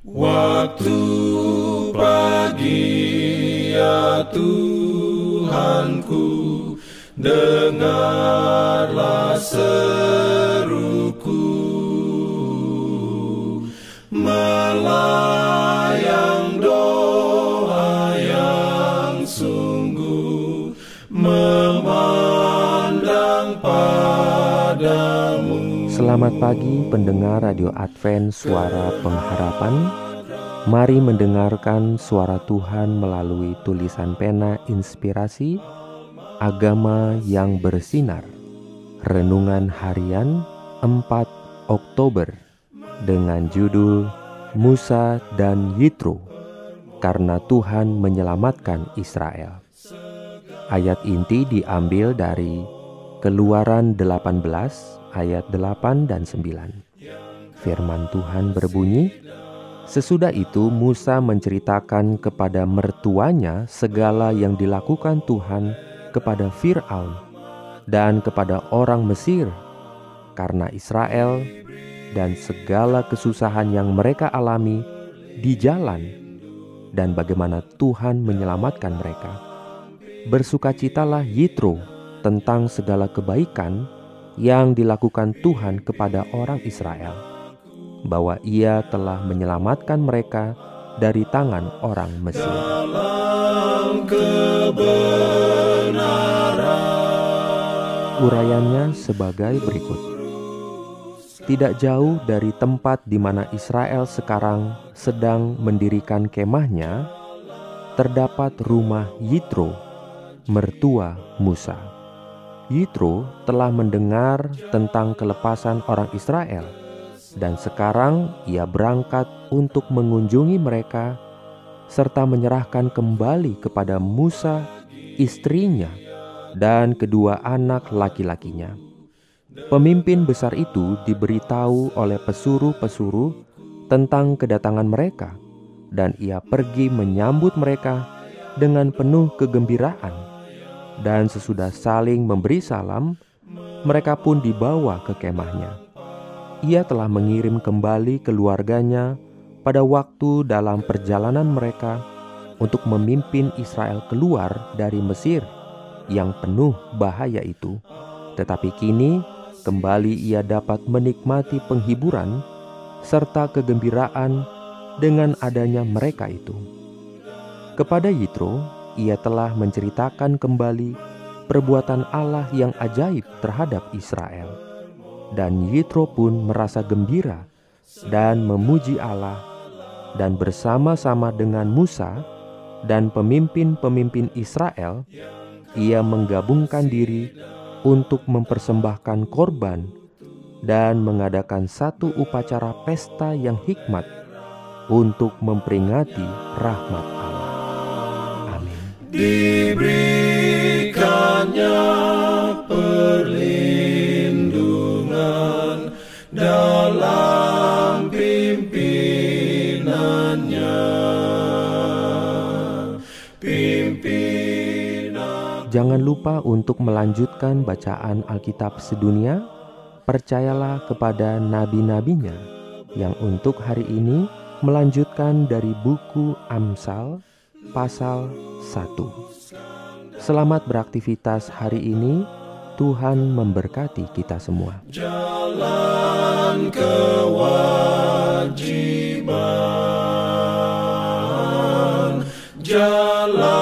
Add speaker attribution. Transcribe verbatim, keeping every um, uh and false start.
Speaker 1: Waktu pagi ya Tuhanku, dengarlah seruku, melayang doa yang sungguh, memandang padamu.
Speaker 2: Selamat pagi pendengar Radio Advent Suara Pengharapan. Mari mendengarkan suara Tuhan melalui tulisan pena inspirasi Agama yang Bersinar. Renungan harian empat Oktober dengan judul Musa dan Yitro, karena Tuhan menyelamatkan Israel. Ayat inti diambil dari Keluaran delapan belas ayat delapan dan sembilan. Firman Tuhan berbunyi, sesudah itu Musa menceritakan kepada mertuanya segala yang dilakukan Tuhan kepada Fir'aun dan kepada orang Mesir karena Israel dan segala kesusahan yang mereka alami di jalan dan bagaimana Tuhan menyelamatkan mereka. Bersukacitalah Yitro tentang segala kebaikan yang dilakukan Tuhan kepada orang Israel, bahwa Ia telah menyelamatkan mereka dari tangan orang Mesir. Urayanya sebagai berikut. Tidak jauh dari tempat di mana Israel sekarang sedang mendirikan kemahnya, terdapat rumah Yitro, mertua Musa. Yitro telah mendengar tentang kelepasan orang Israel, dan sekarang ia berangkat untuk mengunjungi mereka serta menyerahkan kembali kepada Musa istrinya dan kedua anak laki-lakinya. Pemimpin besar itu diberitahu oleh pesuruh-pesuruh tentang kedatangan mereka, dan ia pergi menyambut mereka dengan penuh kegembiraan. Dan sesudah saling memberi salam, mereka pun dibawa ke kemahnya. Ia telah mengirim kembali keluarganya pada waktu dalam perjalanan mereka untuk memimpin Israel keluar dari Mesir yang penuh bahaya itu. Tetapi kini kembali ia dapat menikmati penghiburan serta kegembiraan dengan adanya mereka itu. Kepada Yitro, ia telah menceritakan kembali perbuatan Allah yang ajaib terhadap Israel. Dan Yitro pun merasa gembira dan memuji Allah, dan bersama-sama dengan Musa dan pemimpin-pemimpin Israel, ia menggabungkan diri untuk mempersembahkan korban dan mengadakan satu upacara pesta yang hikmat untuk memperingati rahmat Allah.
Speaker 1: Diberikannya perlindungan dalam pimpinannya. Pimpinan.
Speaker 2: Jangan lupa untuk melanjutkan bacaan Alkitab sedunia. Percayalah kepada nabi-nabinya yang untuk hari ini melanjutkan dari buku Amsal pasal satu. Selamat beraktivitas hari ini. Tuhan memberkati kita semua.
Speaker 1: Jalan kewajiban, jalan